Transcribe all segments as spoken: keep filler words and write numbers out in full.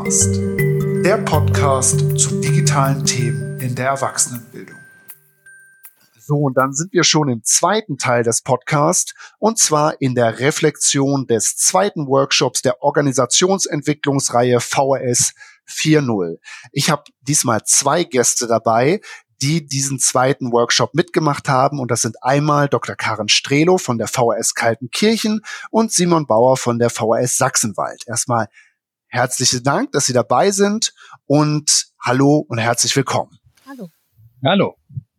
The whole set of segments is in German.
Podcast. Der Podcast zu digitalen Themen in der Erwachsenenbildung. So, und dann sind wir schon im zweiten Teil des Podcasts, und zwar in der Reflexion des zweiten Workshops der Organisationsentwicklungsreihe V H S vier Punkt null. Ich habe diesmal zwei Gäste dabei, die diesen zweiten Workshop mitgemacht haben. Und das sind einmal Doktor Karin Strehlow von der V H S Kaltenkirchen und Simon Bauer von der V H S Sachsenwald. Erstmal herzlichen Dank, dass Sie dabei sind, und hallo und herzlich willkommen. Hallo. Hallo.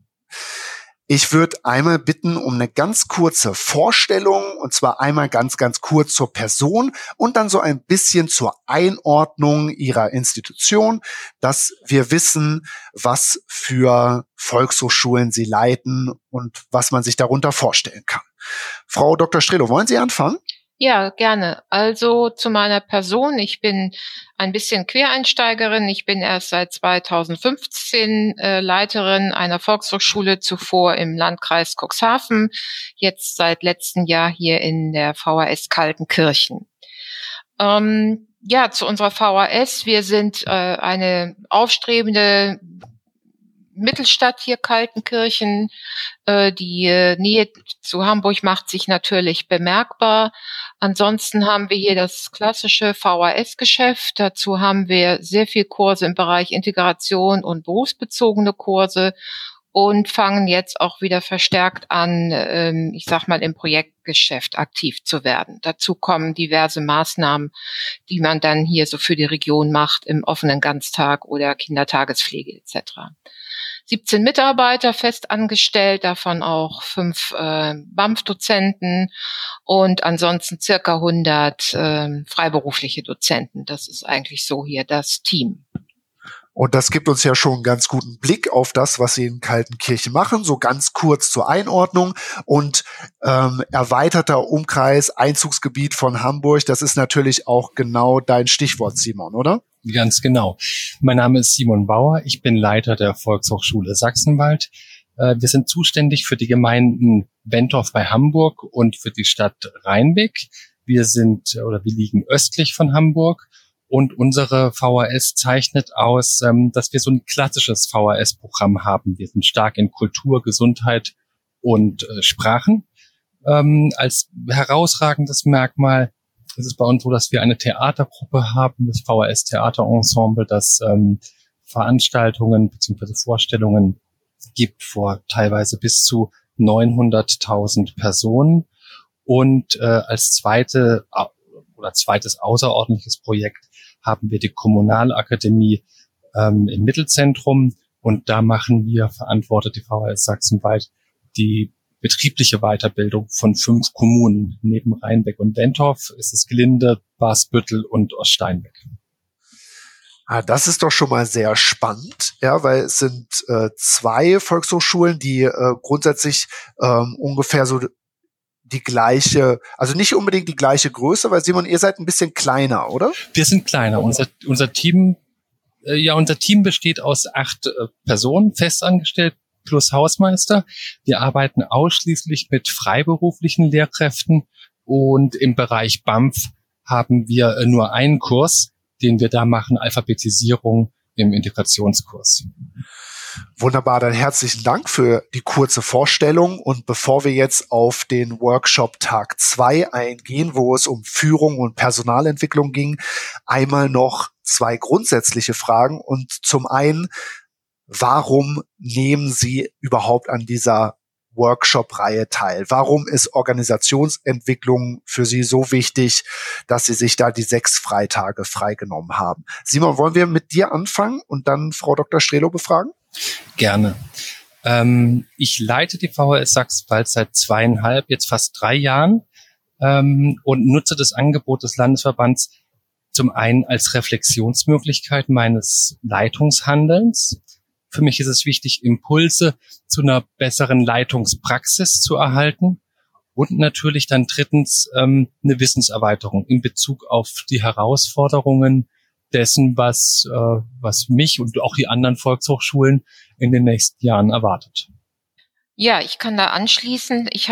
Ich würde einmal bitten um eine ganz kurze Vorstellung, und zwar einmal ganz, ganz kurz zur Person und dann so ein bisschen zur Einordnung Ihrer Institution, dass wir wissen, was für Volkshochschulen Sie leiten und was man sich darunter vorstellen kann. Frau Doktor Strehlow, wollen Sie anfangen? Ja, gerne. Also zu meiner Person. Ich bin ein bisschen Quereinsteigerin. Ich bin erst seit zweitausendfünfzehn äh, Leiterin einer Volkshochschule, zuvor im Landkreis Cuxhaven, jetzt seit letztem Jahr hier in der V H S Kaltenkirchen. Ähm, ja, zu unserer V H S. Wir sind äh, eine aufstrebende Mittelstadt hier, Kaltenkirchen. Äh, die äh, Nähe zu Hamburg macht sich natürlich bemerkbar. Ansonsten haben wir hier das klassische V H S-Geschäft. Dazu haben wir sehr viel Kurse im Bereich Integration und berufsbezogene Kurse und fangen jetzt auch wieder verstärkt an, ähm, ich sag mal, im Projektgeschäft aktiv zu werden. Dazu kommen diverse Maßnahmen, die man dann hier so für die Region macht, im offenen Ganztag oder Kindertagespflege et cetera. siebzehn Mitarbeiter fest angestellt, davon auch fünf äh, B A M F-Dozenten und ansonsten circa hundert äh, freiberufliche Dozenten. Das ist eigentlich so hier das Team. Und das gibt uns ja schon einen ganz guten Blick auf das, was Sie in Kaltenkirchen machen. So ganz kurz zur Einordnung. Und ähm, erweiterter Umkreis, Einzugsgebiet von Hamburg, das ist natürlich auch genau dein Stichwort, Simon, oder? Ganz genau. Mein Name ist Simon Bauer. Ich bin Leiter der Volkshochschule Sachsenwald. Wir sind zuständig für die Gemeinden Bentorf bei Hamburg und für die Stadt Rheinbeck. Wir sind oder wir liegen östlich von Hamburg. Und unsere V H S zeichnet aus, dass wir so ein klassisches V H S-Programm haben. Wir sind stark in Kultur, Gesundheit und Sprachen. Als herausragendes Merkmal ist es bei uns so, dass wir eine Theatergruppe haben, das V H S-Theaterensemble, das ähm, Veranstaltungen bzw. Vorstellungen gibt vor teilweise bis zu neunhunderttausend Personen. Und äh, als zweite oder zweites außerordentliches Projekt haben wir die Kommunalakademie ähm, im Mittelzentrum. Und da machen wir, verantwortet die V H S Sachsenwald, die betriebliche Weiterbildung von fünf Kommunen. Neben Rheinbeck und Bentorf ist es Glinde, Basbüttel und Oststeinbeck. Ah, das ist doch schon mal sehr spannend, ja, weil es sind äh, zwei Volkshochschulen, die äh, grundsätzlich ähm, ungefähr so die gleiche, also nicht unbedingt die gleiche Größe, weil Simon, ihr seid ein bisschen kleiner, oder? Wir sind kleiner. Unser, unser Team, äh, ja, unser Team besteht aus acht äh, Personen, festangestellt plus Hausmeister. Wir arbeiten ausschließlich mit freiberuflichen Lehrkräften und im Bereich B A M F haben wir äh, nur einen Kurs, den wir da machen, Alphabetisierung im Integrationskurs. Wunderbar, dann herzlichen Dank für die kurze Vorstellung. Und bevor wir jetzt auf den Workshop Tag zwei eingehen, wo es um Führung und Personalentwicklung ging, einmal noch zwei grundsätzliche Fragen. Und zum einen, warum nehmen Sie überhaupt an dieser Workshop-Reihe teil? Warum ist Organisationsentwicklung für Sie so wichtig, dass Sie sich da die sechs Freitage freigenommen haben? Simon, wollen wir mit dir anfangen und dann Frau Doktor Strehlow befragen? Gerne. Ähm, ich leite die V H S Sachsenwald seit zweieinhalb, jetzt fast drei Jahren ähm, und nutze das Angebot des Landesverbands zum einen als Reflexionsmöglichkeit meines Leitungshandelns. Für mich ist es wichtig, Impulse zu einer besseren Leitungspraxis zu erhalten und natürlich dann drittens ähm, eine Wissenserweiterung in Bezug auf die Herausforderungen dessen, was äh, was mich und auch die anderen Volkshochschulen in den nächsten Jahren erwartet. Ja, ich kann da anschließen. Ich habe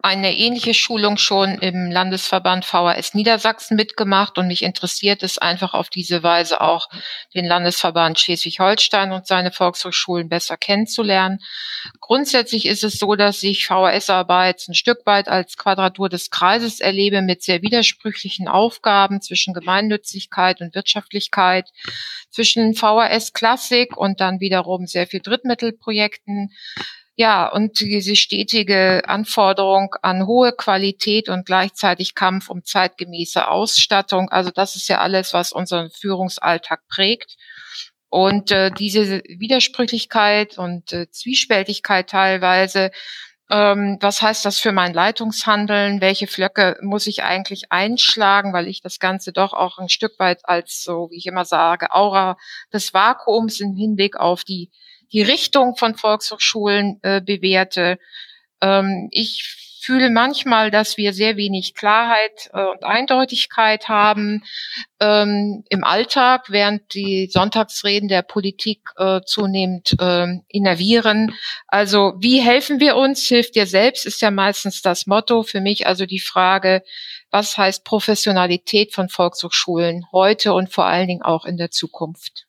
eine ähnliche Schulung schon im Landesverband V H S Niedersachsen mitgemacht und mich interessiert es einfach auf diese Weise auch, den Landesverband Schleswig-Holstein und seine Volkshochschulen besser kennenzulernen. Grundsätzlich ist es so, dass ich V H S-Arbeit ein Stück weit als Quadratur des Kreises erlebe mit sehr widersprüchlichen Aufgaben zwischen Gemeinnützigkeit und Wirtschaftlichkeit, zwischen V H S-Klassik und dann wiederum sehr viel Drittmittelprojekten. Ja, und diese stetige Anforderung an hohe Qualität und gleichzeitig Kampf um zeitgemäße Ausstattung. Also das ist ja alles, was unseren Führungsalltag prägt. Und äh, diese Widersprüchlichkeit und äh, Zwiespältigkeit teilweise, ähm, was heißt das für mein Leitungshandeln? Welche Flöcke muss ich eigentlich einschlagen, weil ich das Ganze doch auch ein Stück weit als, so wie ich immer sage, Aura des Vakuums im Hinblick auf die die Richtung von Volkshochschulen äh, bewerte. Ähm, ich fühle manchmal, dass wir sehr wenig Klarheit äh, und Eindeutigkeit haben ähm, im Alltag, während die Sonntagsreden der Politik äh, zunehmend äh, innervieren. Also wie helfen wir uns? Hilf dir selbst ist ja meistens das Motto. Für mich also die Frage, was heißt Professionalität von Volkshochschulen heute und vor allen Dingen auch in der Zukunft?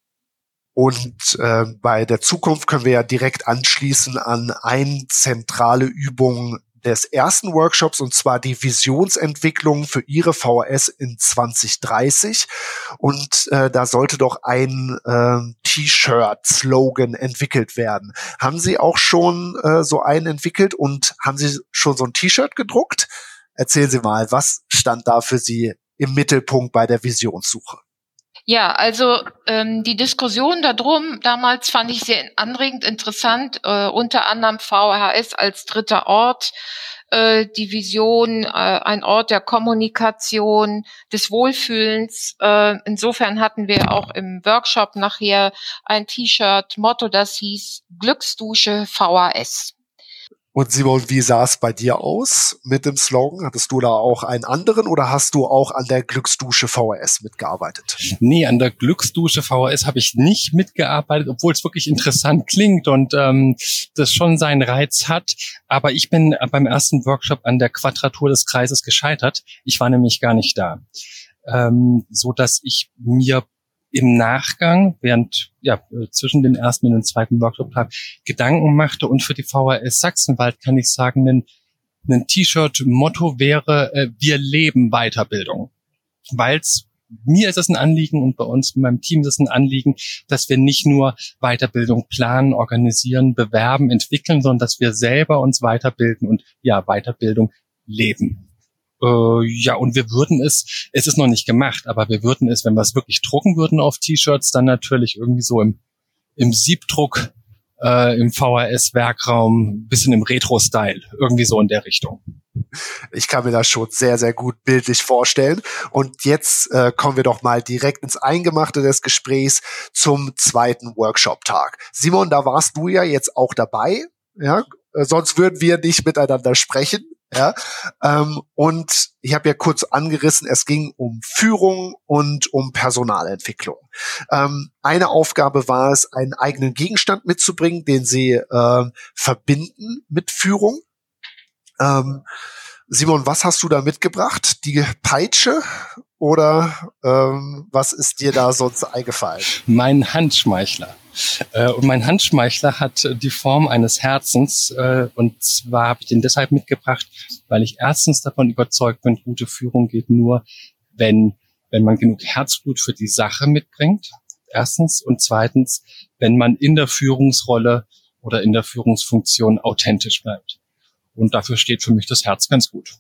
Und äh, bei der Zukunft können wir ja direkt anschließen an eine zentrale Übung des ersten Workshops, und zwar die Visionsentwicklung für Ihre V H S in zwanzig dreißig. Und äh, da sollte doch ein äh, T-Shirt-Slogan entwickelt werden. Haben Sie auch schon äh, so einen entwickelt und haben Sie schon so ein T-Shirt gedruckt? Erzählen Sie mal, was stand da für Sie im Mittelpunkt bei der Visionssuche? Ja, also ähm, die Diskussion darum damals fand ich sehr anregend, interessant, äh, unter anderem V H S als dritter Ort, äh, die Vision, äh, ein Ort der Kommunikation, des Wohlfühlens. Äh, insofern hatten wir auch im Workshop nachher ein T-Shirt, Motto, das hieß Glücksdusche V H S. Und Simon, wie sah es bei dir aus mit dem Slogan? Hattest du da auch einen anderen oder hast du auch an der Glücksdusche V H S mitgearbeitet? Nee, an der Glücksdusche V H S habe ich nicht mitgearbeitet, obwohl es wirklich interessant klingt und ähm, das schon seinen Reiz hat. Aber ich bin beim ersten Workshop an der Quadratur des Kreises gescheitert. Ich war nämlich gar nicht da. Ähm, so dass ich mir im Nachgang, während ja zwischen dem ersten und dem zweiten Workshop-Tag Gedanken machte, und für die V H S Sachsenwald kann ich sagen, ein, ein T-Shirt-Motto wäre, äh, wir leben Weiterbildung. Weil's, mir ist es ein Anliegen und bei uns in meinem Team ist es ein Anliegen, dass wir nicht nur Weiterbildung planen, organisieren, bewerben, entwickeln, sondern dass wir selber uns weiterbilden und ja, Weiterbildung leben. Uh, ja, und wir würden es, es ist noch nicht gemacht, aber wir würden es, wenn wir es wirklich drucken würden auf T-Shirts, dann natürlich irgendwie so im, im Siebdruck, äh, im V H S-Werkraum, bisschen im Retro-Style, irgendwie so in der Richtung. Ich kann mir das schon sehr, sehr gut bildlich vorstellen. Und jetzt äh, kommen wir doch mal direkt ins Eingemachte des Gesprächs zum zweiten Workshop-Tag. Simon, da warst du ja jetzt auch dabei, ja, äh, sonst würden wir nicht miteinander sprechen. Ja, ähm, und ich habe ja kurz angerissen, es ging um Führung und um Personalentwicklung. Ähm, eine Aufgabe war es, einen eigenen Gegenstand mitzubringen, den sie äh, verbinden mit Führung. Ähm, Simon, was hast du da mitgebracht? Die Peitsche oder ähm, was ist dir da sonst eingefallen? Mein Handschmeichler. Äh, und mein Handschmeichler hat die Form eines Herzens. Äh, und zwar habe ich den deshalb mitgebracht, weil ich erstens davon überzeugt bin, gute Führung geht nur, wenn, wenn man genug Herzblut für die Sache mitbringt. Erstens. Und zweitens, wenn man in der Führungsrolle oder in der Führungsfunktion authentisch bleibt. Und dafür steht für mich das Herz ganz gut.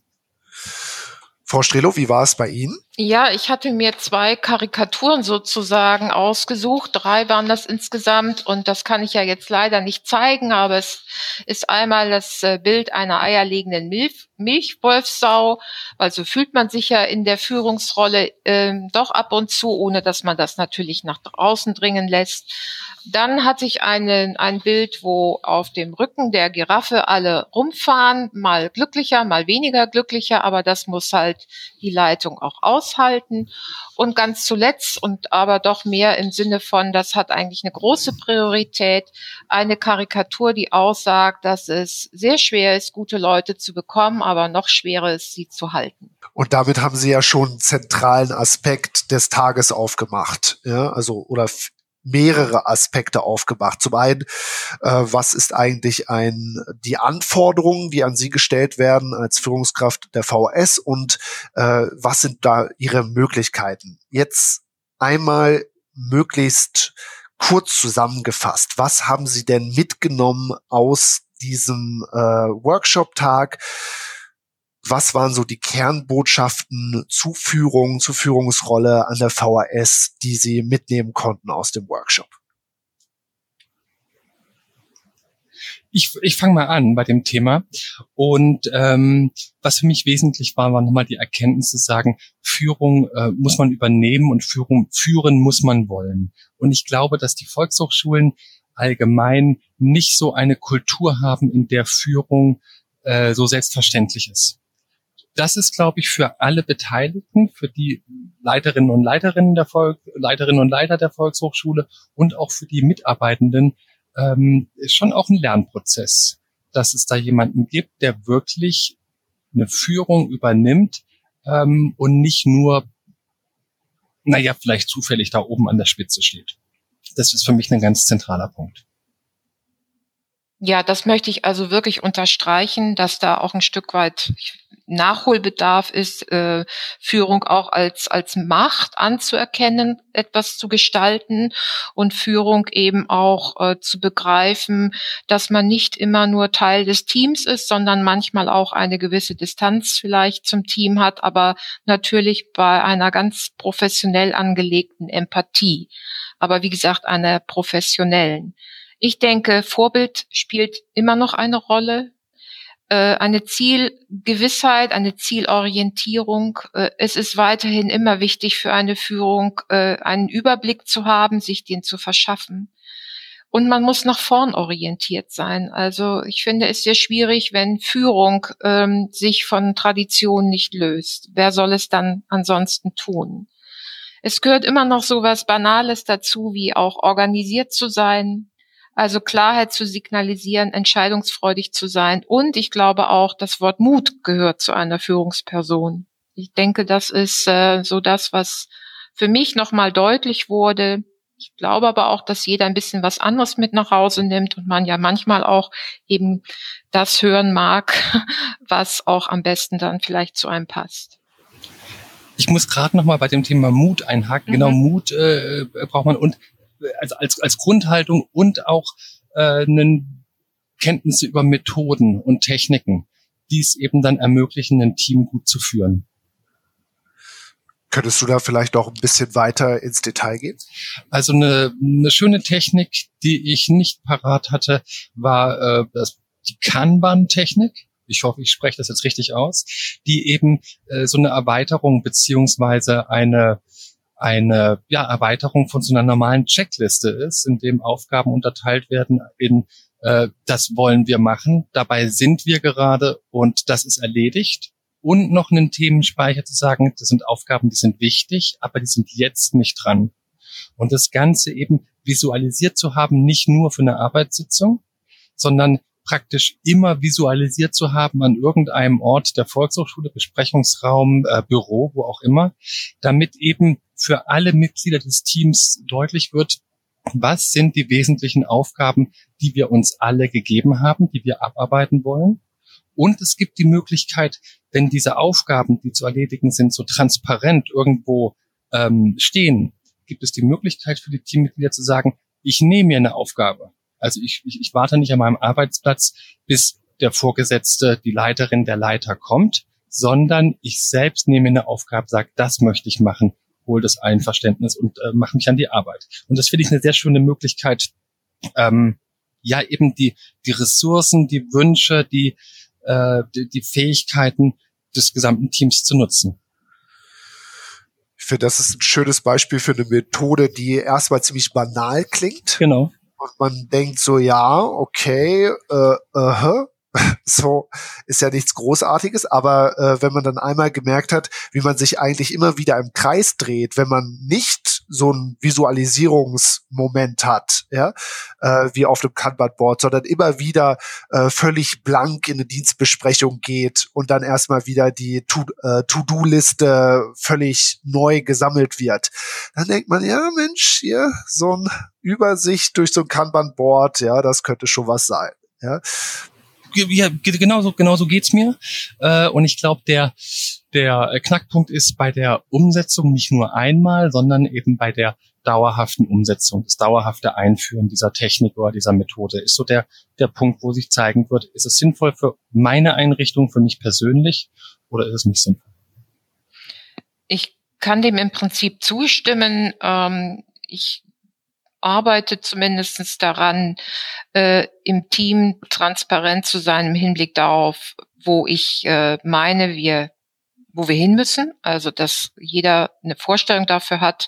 Frau Strelo, wie war es bei Ihnen? Ja, ich hatte mir zwei Karikaturen sozusagen ausgesucht. Drei waren das insgesamt und das kann ich ja jetzt leider nicht zeigen, aber es ist einmal das Bild einer eierlegenden Milch, Milchwolfsau, weil so fühlt man sich ja in der Führungsrolle ähm, doch ab und zu, ohne dass man das natürlich nach draußen dringen lässt. Dann hatte ich eine, ein Bild, wo auf dem Rücken der Giraffe alle rumfahren, mal glücklicher, mal weniger glücklicher, aber das muss halt die Leitung auch aus aushalten. Und ganz zuletzt und aber doch mehr im Sinne von, das hat eigentlich eine große Priorität, eine Karikatur, die aussagt, dass es sehr schwer ist, gute Leute zu bekommen, aber noch schwerer ist, sie zu halten. Und damit haben Sie ja schon einen zentralen Aspekt des Tages aufgemacht, ja, also oder f- mehrere Aspekte aufgemacht. Zum einen, äh, was ist eigentlich ein die Anforderungen, die an Sie gestellt werden als Führungskraft der V S und äh, was sind da Ihre Möglichkeiten? Jetzt einmal möglichst kurz zusammengefasst. Was haben Sie denn mitgenommen aus diesem äh, Workshop-Tag? Was waren so die Kernbotschaften zu Führung, zur Führungsrolle an der V H S, die Sie mitnehmen konnten aus dem Workshop? Ich, ich fange mal an bei dem Thema. Und ähm, was für mich wesentlich war, war nochmal die Erkenntnis zu sagen, Führung äh, muss man übernehmen und Führung führen muss man wollen. Und ich glaube, dass die Volkshochschulen allgemein nicht so eine Kultur haben, in der Führung äh, so selbstverständlich ist. Das ist, glaube ich, für alle Beteiligten, für die Leiterinnen und Leiterinnen der Volk, Leiterinnen und Leiter der Volkshochschule und auch für die Mitarbeitenden ähm, schon auch ein Lernprozess, dass es da jemanden gibt, der wirklich eine Führung übernimmt ähm, und nicht nur, naja, vielleicht zufällig da oben an der Spitze steht. Das ist für mich ein ganz zentraler Punkt. Ja, das möchte ich also wirklich unterstreichen, dass da auch ein Stück weit Nachholbedarf ist, äh, Führung auch als als Macht anzuerkennen, etwas zu gestalten und Führung eben auch äh, zu begreifen, dass man nicht immer nur Teil des Teams ist, sondern manchmal auch eine gewisse Distanz vielleicht zum Team hat, aber natürlich bei einer ganz professionell angelegten Empathie. Aber wie gesagt, einer professionellen. Ich denke, Vorbild spielt immer noch eine Rolle. Äh, eine Zielgewissheit, eine Zielorientierung. Äh, es ist weiterhin immer wichtig für eine Führung, äh, einen Überblick zu haben, sich den zu verschaffen. Und man muss nach vorn orientiert sein. Also ich finde es sehr schwierig, wenn Führung ähm, sich von Tradition nicht löst. Wer soll es dann ansonsten tun? Es gehört immer noch so was Banales dazu, wie auch organisiert zu sein. Also Klarheit zu signalisieren, entscheidungsfreudig zu sein. Und ich glaube auch, das Wort Mut gehört zu einer Führungsperson. Ich denke, das ist äh, so das, was für mich nochmal deutlich wurde. Ich glaube aber auch, dass jeder ein bisschen was anderes mit nach Hause nimmt und man ja manchmal auch eben das hören mag, was auch am besten dann vielleicht zu einem passt. Ich muss gerade nochmal bei dem Thema Mut einhaken. Mhm. Genau, Mut äh, braucht man und Also als, als Grundhaltung und auch äh, einen Kenntnisse über Methoden und Techniken, die es eben dann ermöglichen, ein Team gut zu führen. Könntest du da vielleicht auch ein bisschen weiter ins Detail gehen? Also eine, eine schöne Technik, die ich nicht parat hatte, war äh, das, die Kanban-Technik. Ich hoffe, ich spreche das jetzt richtig aus, die eben äh, so eine Erweiterung beziehungsweise eine eine ja, Erweiterung von so einer normalen Checkliste ist, in dem Aufgaben unterteilt werden in äh, das wollen wir machen, dabei sind wir gerade und das ist erledigt. Und noch einen Themenspeicher zu sagen, das sind Aufgaben, die sind wichtig, aber die sind jetzt nicht dran. Und das Ganze eben visualisiert zu haben, nicht nur für eine Arbeitssitzung, sondern praktisch immer visualisiert zu haben an irgendeinem Ort der Volkshochschule, Besprechungsraum, äh, Büro, wo auch immer, damit eben für alle Mitglieder des Teams deutlich wird, was sind die wesentlichen Aufgaben, die wir uns alle gegeben haben, die wir abarbeiten wollen. Und es gibt die Möglichkeit, wenn diese Aufgaben, die zu erledigen sind, so transparent irgendwo ähm, stehen, gibt es die Möglichkeit für die Teammitglieder zu sagen, ich nehme mir eine Aufgabe. Also ich, ich, ich warte nicht an meinem Arbeitsplatz, bis der Vorgesetzte, die Leiterin, der Leiter kommt, sondern ich selbst nehme eine Aufgabe, sage, das möchte ich machen, hole das Einverständnis und äh, mache mich an die Arbeit. Und das finde ich eine sehr schöne Möglichkeit, ähm, ja eben die die Ressourcen, die Wünsche, die, äh, die die Fähigkeiten des gesamten Teams zu nutzen. Ich finde, das ist ein schönes Beispiel für eine Methode, die erstmal ziemlich banal klingt. Genau. Und man denkt so, ja, okay, äh, uh-huh, so ist ja nichts Großartiges, aber äh, wenn man dann einmal gemerkt hat, wie man sich eigentlich immer wieder im Kreis dreht, wenn man nicht so ein Visualisierungsmoment hat, ja, äh, wie auf dem Kanban-Board, sondern immer wieder äh, völlig blank in eine Dienstbesprechung geht und dann erstmal wieder die To- äh, To-Do-Liste völlig neu gesammelt wird, dann denkt man, ja Mensch, hier so ein Übersicht durch so ein Kanban-Board, ja, das könnte schon was sein, ja. Ja, genauso, genauso geht's mir. Äh, und ich glaube, der, der Knackpunkt ist bei der Umsetzung nicht nur einmal, sondern eben bei der dauerhaften Umsetzung, das dauerhafte Einführen dieser Technik oder dieser Methode ist so der, der Punkt, wo sich zeigen wird, ist es sinnvoll für meine Einrichtung, für mich persönlich, oder ist es nicht sinnvoll? Ich kann dem im Prinzip zustimmen. Ähm, ich arbeite zumindest daran, äh, im Team transparent zu sein im Hinblick darauf, wo ich äh, meine, wir, wo wir hin müssen. Also, dass jeder eine Vorstellung dafür hat,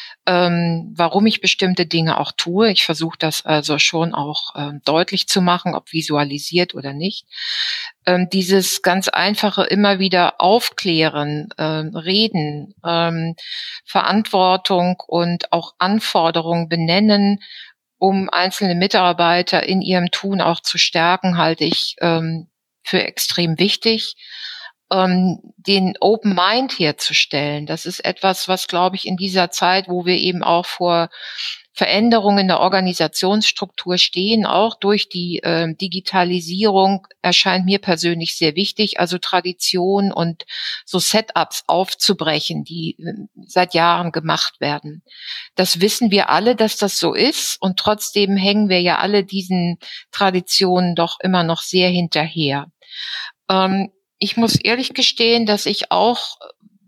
ähm, warum ich bestimmte Dinge auch tue. Ich versuche das also schon auch ähm, deutlich zu machen, ob visualisiert oder nicht. Ähm, dieses ganz einfache immer wieder aufklären, ähm, reden, ähm, Verantwortung und auch Anforderungen benennen, um einzelne Mitarbeiter in ihrem Tun auch zu stärken, halte ich ähm, für extrem wichtig. Ähm, den Open Mind herzustellen, das ist etwas, was, glaube ich, in dieser Zeit, wo wir eben auch vor Veränderungen in der Organisationsstruktur stehen, auch durch die äh, Digitalisierung, erscheint mir persönlich sehr wichtig, also Tradition und so Setups aufzubrechen, die äh, seit Jahren gemacht werden. Das wissen wir alle, dass das so ist, und trotzdem hängen wir ja alle diesen Traditionen doch immer noch sehr hinterher. Ähm, Ich muss ehrlich gestehen, dass ich auch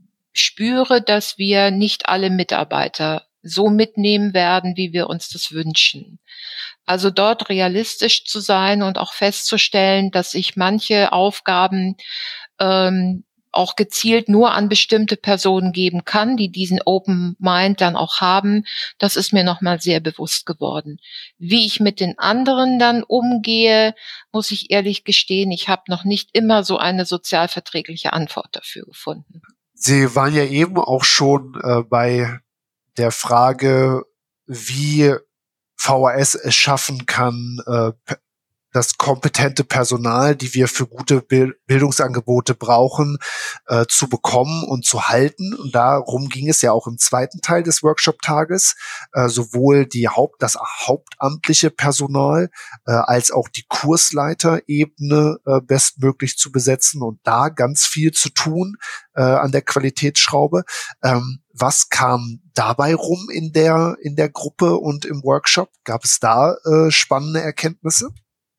spüre, dass wir nicht alle Mitarbeiter so mitnehmen werden, wie wir uns das wünschen. Also dort realistisch zu sein und auch festzustellen, dass ich manche Aufgaben ähm, auch gezielt nur an bestimmte Personen geben kann, die diesen Open Mind dann auch haben, das ist mir nochmal sehr bewusst geworden. Wie ich mit den anderen dann umgehe, muss ich ehrlich gestehen, ich habe noch nicht immer so eine sozialverträgliche Antwort dafür gefunden. Sie waren ja eben auch schon äh, bei der Frage, wie V H S es schaffen kann, äh, das kompetente Personal, die wir für gute Bildungsangebote brauchen, äh, zu bekommen und zu halten. Und darum ging es ja auch im zweiten Teil des Workshop-Tages, äh, sowohl die Haupt, das hauptamtliche Personal äh, als auch die Kursleiterebene äh, bestmöglich zu besetzen und da ganz viel zu tun äh, an der Qualitätsschraube. Ähm, was kam dabei rum in der in der Gruppe und im Workshop? Gab es da äh, spannende Erkenntnisse?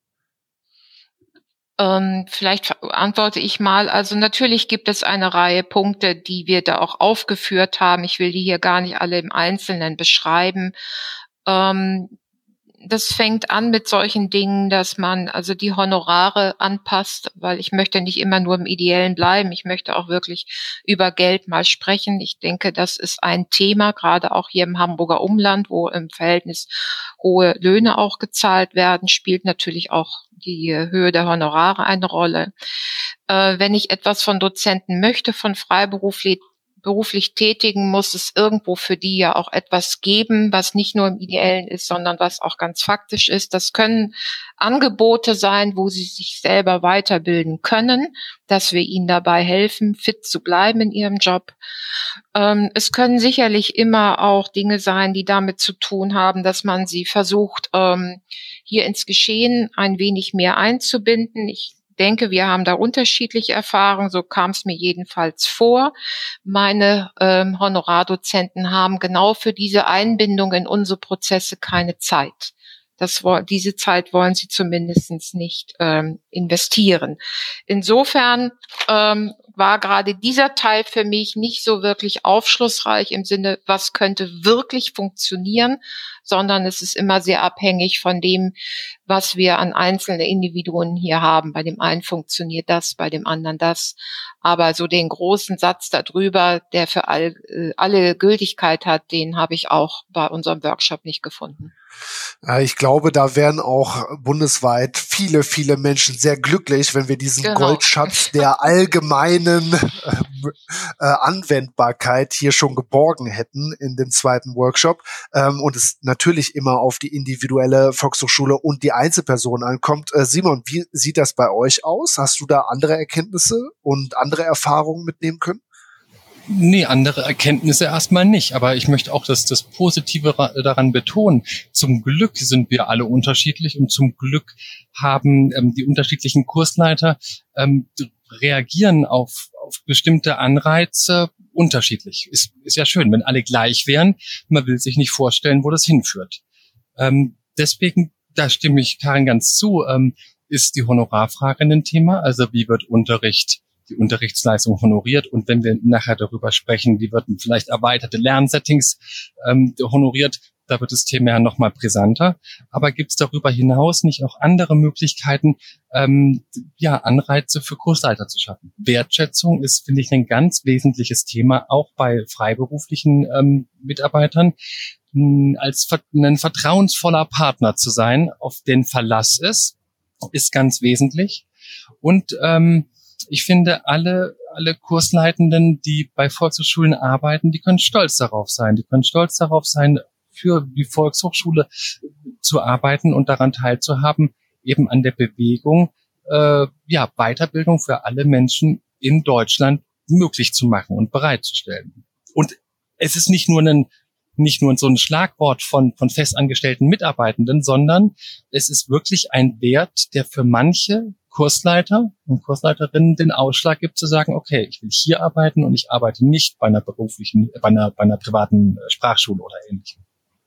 Ähm, vielleicht antworte ich mal. Also natürlich gibt es eine Reihe Punkte, die wir da auch aufgeführt haben. Ich will die hier gar nicht alle im Einzelnen beschreiben. Ähm, das fängt an mit solchen Dingen, dass man also die Honorare anpasst, weil ich möchte nicht immer nur im Ideellen bleiben. Ich möchte auch wirklich über Geld mal sprechen. Ich denke, das ist ein Thema, gerade auch hier im Hamburger Umland, wo im Verhältnis hohe Löhne auch gezahlt werden, spielt natürlich auch die Höhe der Honorare eine Rolle. Äh, wenn ich etwas von Dozenten möchte, von freiberuflich beruflich tätigen, muss es irgendwo für die ja auch etwas geben, was nicht nur im Ideellen ist, sondern was auch ganz faktisch ist. Das können Angebote sein, wo sie sich selber weiterbilden können, dass wir ihnen dabei helfen, fit zu bleiben in ihrem Job. Ähm, es können sicherlich immer auch Dinge sein, die damit zu tun haben, dass man sie versucht, ähm, hier ins Geschehen ein wenig mehr einzubinden. Ich denke, wir haben da unterschiedliche Erfahrungen, so kam es mir jedenfalls vor. Meine ähm, Honorardozenten haben genau für diese Einbindung in unsere Prozesse keine Zeit. Das, diese Zeit wollen sie zumindest nicht ähm, investieren. Insofern ähm, war gerade dieser Teil für mich nicht so wirklich aufschlussreich im Sinne, was könnte wirklich funktionieren, sondern es ist immer sehr abhängig von dem, was wir an einzelnen Individuen hier haben. Bei dem einen funktioniert das, bei dem anderen das. Aber so den großen Satz darüber, der für all, alle Gültigkeit hat, den habe ich auch bei unserem Workshop nicht gefunden. Ich glaube, da wären auch bundesweit viele, viele Menschen sehr glücklich, wenn wir diesen genau. Goldschatz der allgemeinen äh, Anwendbarkeit hier schon geborgen hätten in dem zweiten Workshop ähm, und es natürlich immer auf die individuelle Volkshochschule und die Einzelperson ankommt. Äh, Simon, wie sieht das bei euch aus? Hast du da andere Erkenntnisse und andere Erfahrungen mitnehmen können? Nee, andere Erkenntnisse erstmal nicht. Aber ich möchte auch das, das Positive daran betonen. Zum Glück sind wir alle unterschiedlich und zum Glück haben ähm, die unterschiedlichen Kursleiter ähm, reagieren auf, auf bestimmte Anreize unterschiedlich. Ist, ist ja schön, wenn alle gleich wären. Man will sich nicht vorstellen, wo das hinführt. Ähm, deswegen, da stimme ich Karin ganz zu, ähm, ist die Honorarfrage ein Thema. Also wie wird Unterricht die Unterrichtsleistung honoriert und wenn wir nachher darüber sprechen, wie wird vielleicht erweiterte Lernsettings ähm, honoriert, da wird das Thema ja nochmal brisanter. Aber gibt es darüber hinaus nicht auch andere Möglichkeiten, ähm, ja Anreize für Kursleiter zu schaffen? Wertschätzung ist, finde ich, ein ganz wesentliches Thema, auch bei freiberuflichen ähm, Mitarbeitern, mh, als ver- ein vertrauensvoller Partner zu sein, auf den Verlass ist, ist ganz wesentlich. Und ähm, ich finde, alle, alle Kursleitenden, die bei Volkshochschulen arbeiten, die können stolz darauf sein. Die können stolz darauf sein, für die Volkshochschule zu arbeiten und daran teilzuhaben, eben an der Bewegung, äh, ja, Weiterbildung für alle Menschen in Deutschland möglich zu machen und bereitzustellen. Und es ist nicht nur ein, nicht nur so ein Schlagwort von, von festangestellten Mitarbeitenden, sondern es ist wirklich ein Wert, der für manche Kursleiter und Kursleiterinnen den Ausschlag gibt, zu sagen, okay, ich will hier arbeiten und ich arbeite nicht bei einer beruflichen, bei einer, bei einer privaten Sprachschule oder ähnlichem.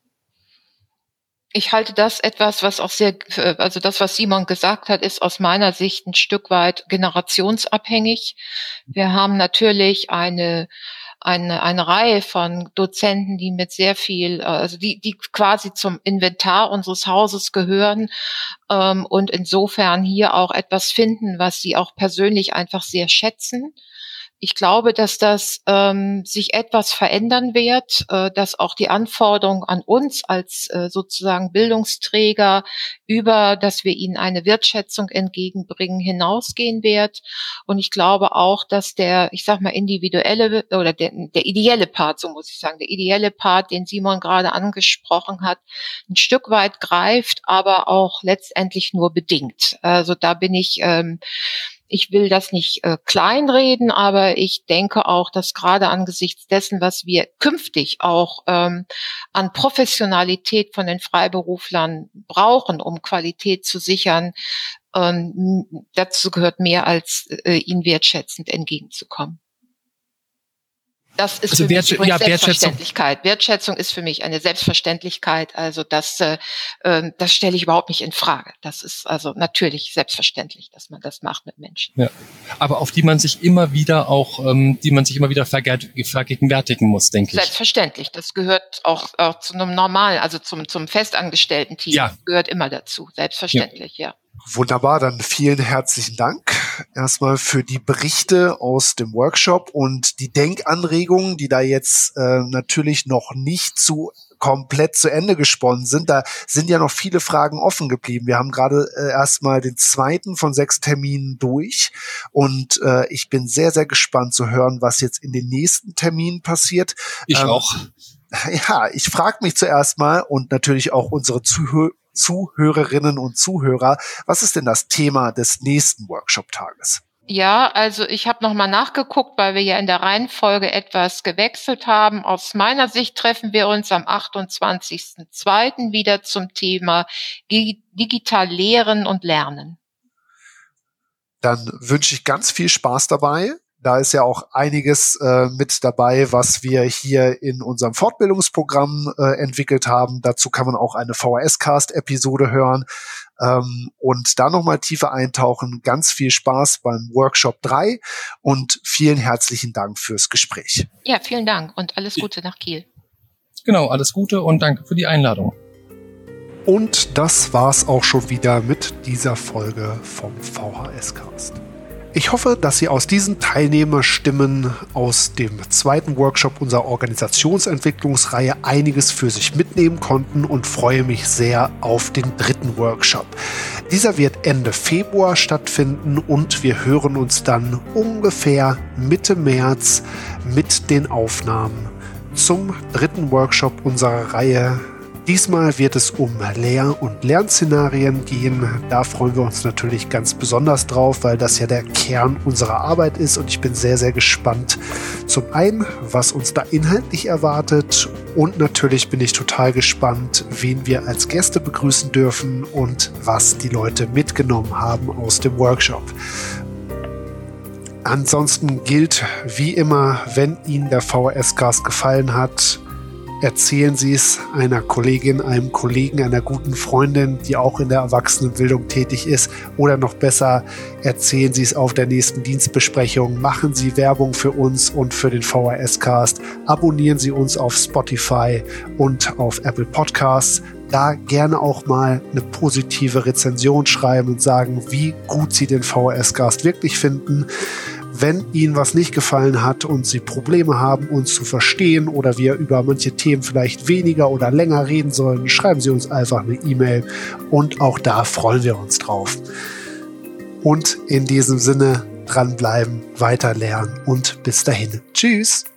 Ich halte das etwas, was auch sehr, also das, was Simon gesagt hat, ist aus meiner Sicht ein Stück weit generationsabhängig. Wir haben natürlich eine Eine, eine Reihe von Dozenten, die mit sehr viel, also die, die quasi zum Inventar unseres Hauses gehören ähm, und insofern hier auch etwas finden, was sie auch persönlich einfach sehr schätzen. Ich glaube, dass das ähm, sich etwas verändern wird, äh, dass auch die Anforderung an uns als äh, sozusagen Bildungsträger über, dass wir ihnen eine Wertschätzung entgegenbringen, hinausgehen wird. Und ich glaube auch, dass der, ich sag mal, individuelle oder der, der ideelle Part, so muss ich sagen, der ideelle Part, den Simon gerade angesprochen hat, ein Stück weit greift, aber auch letztendlich nur bedingt. Also da bin ich ähm, Ich will das nicht äh, kleinreden, aber ich denke auch, dass gerade angesichts dessen, was wir künftig auch ähm, an Professionalität von den Freiberuflern brauchen, um Qualität zu sichern, ähm, dazu gehört mehr als äh, ihnen wertschätzend entgegenzukommen. Das ist also für mich Wertsch- ja, Selbstverständlichkeit. Wertschätzung ist für mich eine Selbstverständlichkeit. Also das, äh, das stelle ich überhaupt nicht in Frage. Das ist also natürlich selbstverständlich, dass man das macht mit Menschen. Ja, aber auf die man sich immer wieder auch, ähm, die man sich immer wieder verge- vergegenwärtigen muss, denke ich. Selbstverständlich. Das gehört auch, auch zu einem normalen, also zum zum festangestellten Team. Ja. Gehört immer dazu. Selbstverständlich, ja. ja. Wunderbar, dann vielen herzlichen Dank erstmal für die Berichte aus dem Workshop und die Denkanregungen, die da jetzt äh, natürlich noch nicht zu komplett zu Ende gesponnen sind. Da sind ja noch viele Fragen offen geblieben. Wir haben gerade äh, erstmal den zweiten von sechs Terminen durch und äh, ich bin sehr, sehr gespannt zu hören, was jetzt in den nächsten Terminen passiert. Ich ähm, auch. Ja, ich frage mich zuerst mal und natürlich auch unsere Zuhörer, Zuhörerinnen und Zuhörer, was ist denn das Thema des nächsten Workshop-Tages? Ja, also ich habe nochmal nachgeguckt, weil wir ja in der Reihenfolge etwas gewechselt haben. Aus meiner Sicht treffen wir uns am achtundzwanzigsten zweiten wieder zum Thema digital Lehren und Lernen. Dann wünsche ich ganz viel Spaß dabei. Da ist ja auch einiges äh, mit dabei, was wir hier in unserem Fortbildungsprogramm äh, entwickelt haben. Dazu kann man auch eine V H S-Cast-Episode hören ähm, und da nochmal tiefer eintauchen. Ganz viel Spaß beim Workshop drei und vielen herzlichen Dank fürs Gespräch. Ja, vielen Dank und alles Gute nach Kiel. Genau, alles Gute und danke für die Einladung. Und das war's auch schon wieder mit dieser Folge vom V H S-Cast. Ich hoffe, dass Sie aus diesen Teilnehmerstimmen aus dem zweiten Workshop unserer Organisationsentwicklungsreihe einiges für sich mitnehmen konnten und freue mich sehr auf den dritten Workshop. Dieser wird Ende Februar stattfinden und wir hören uns dann ungefähr Mitte März mit den Aufnahmen zum dritten Workshop unserer Reihe. Diesmal wird es um Lehr- und Lernszenarien gehen. Da freuen wir uns natürlich ganz besonders drauf, weil das ja der Kern unserer Arbeit ist und ich bin sehr, sehr gespannt. Zum einen, was uns da inhaltlich erwartet und natürlich bin ich total gespannt, wen wir als Gäste begrüßen dürfen und was die Leute mitgenommen haben aus dem Workshop. Ansonsten gilt wie immer, wenn Ihnen der V H S-Cast gefallen hat, erzählen Sie es einer Kollegin, einem Kollegen, einer guten Freundin, die auch in der Erwachsenenbildung tätig ist. Oder noch besser, erzählen Sie es auf der nächsten Dienstbesprechung. Machen Sie Werbung für uns und für den V H S-Cast. Abonnieren Sie uns auf Spotify und auf Apple Podcasts. Da gerne auch mal eine positive Rezension schreiben und sagen, wie gut Sie den V H S-Cast wirklich finden. Wenn Ihnen was nicht gefallen hat und Sie Probleme haben, uns zu verstehen oder wir über manche Themen vielleicht weniger oder länger reden sollen, schreiben Sie uns einfach eine E-Mail und auch da freuen wir uns drauf. Und in diesem Sinne dranbleiben, weiter lernen und bis dahin. Tschüss!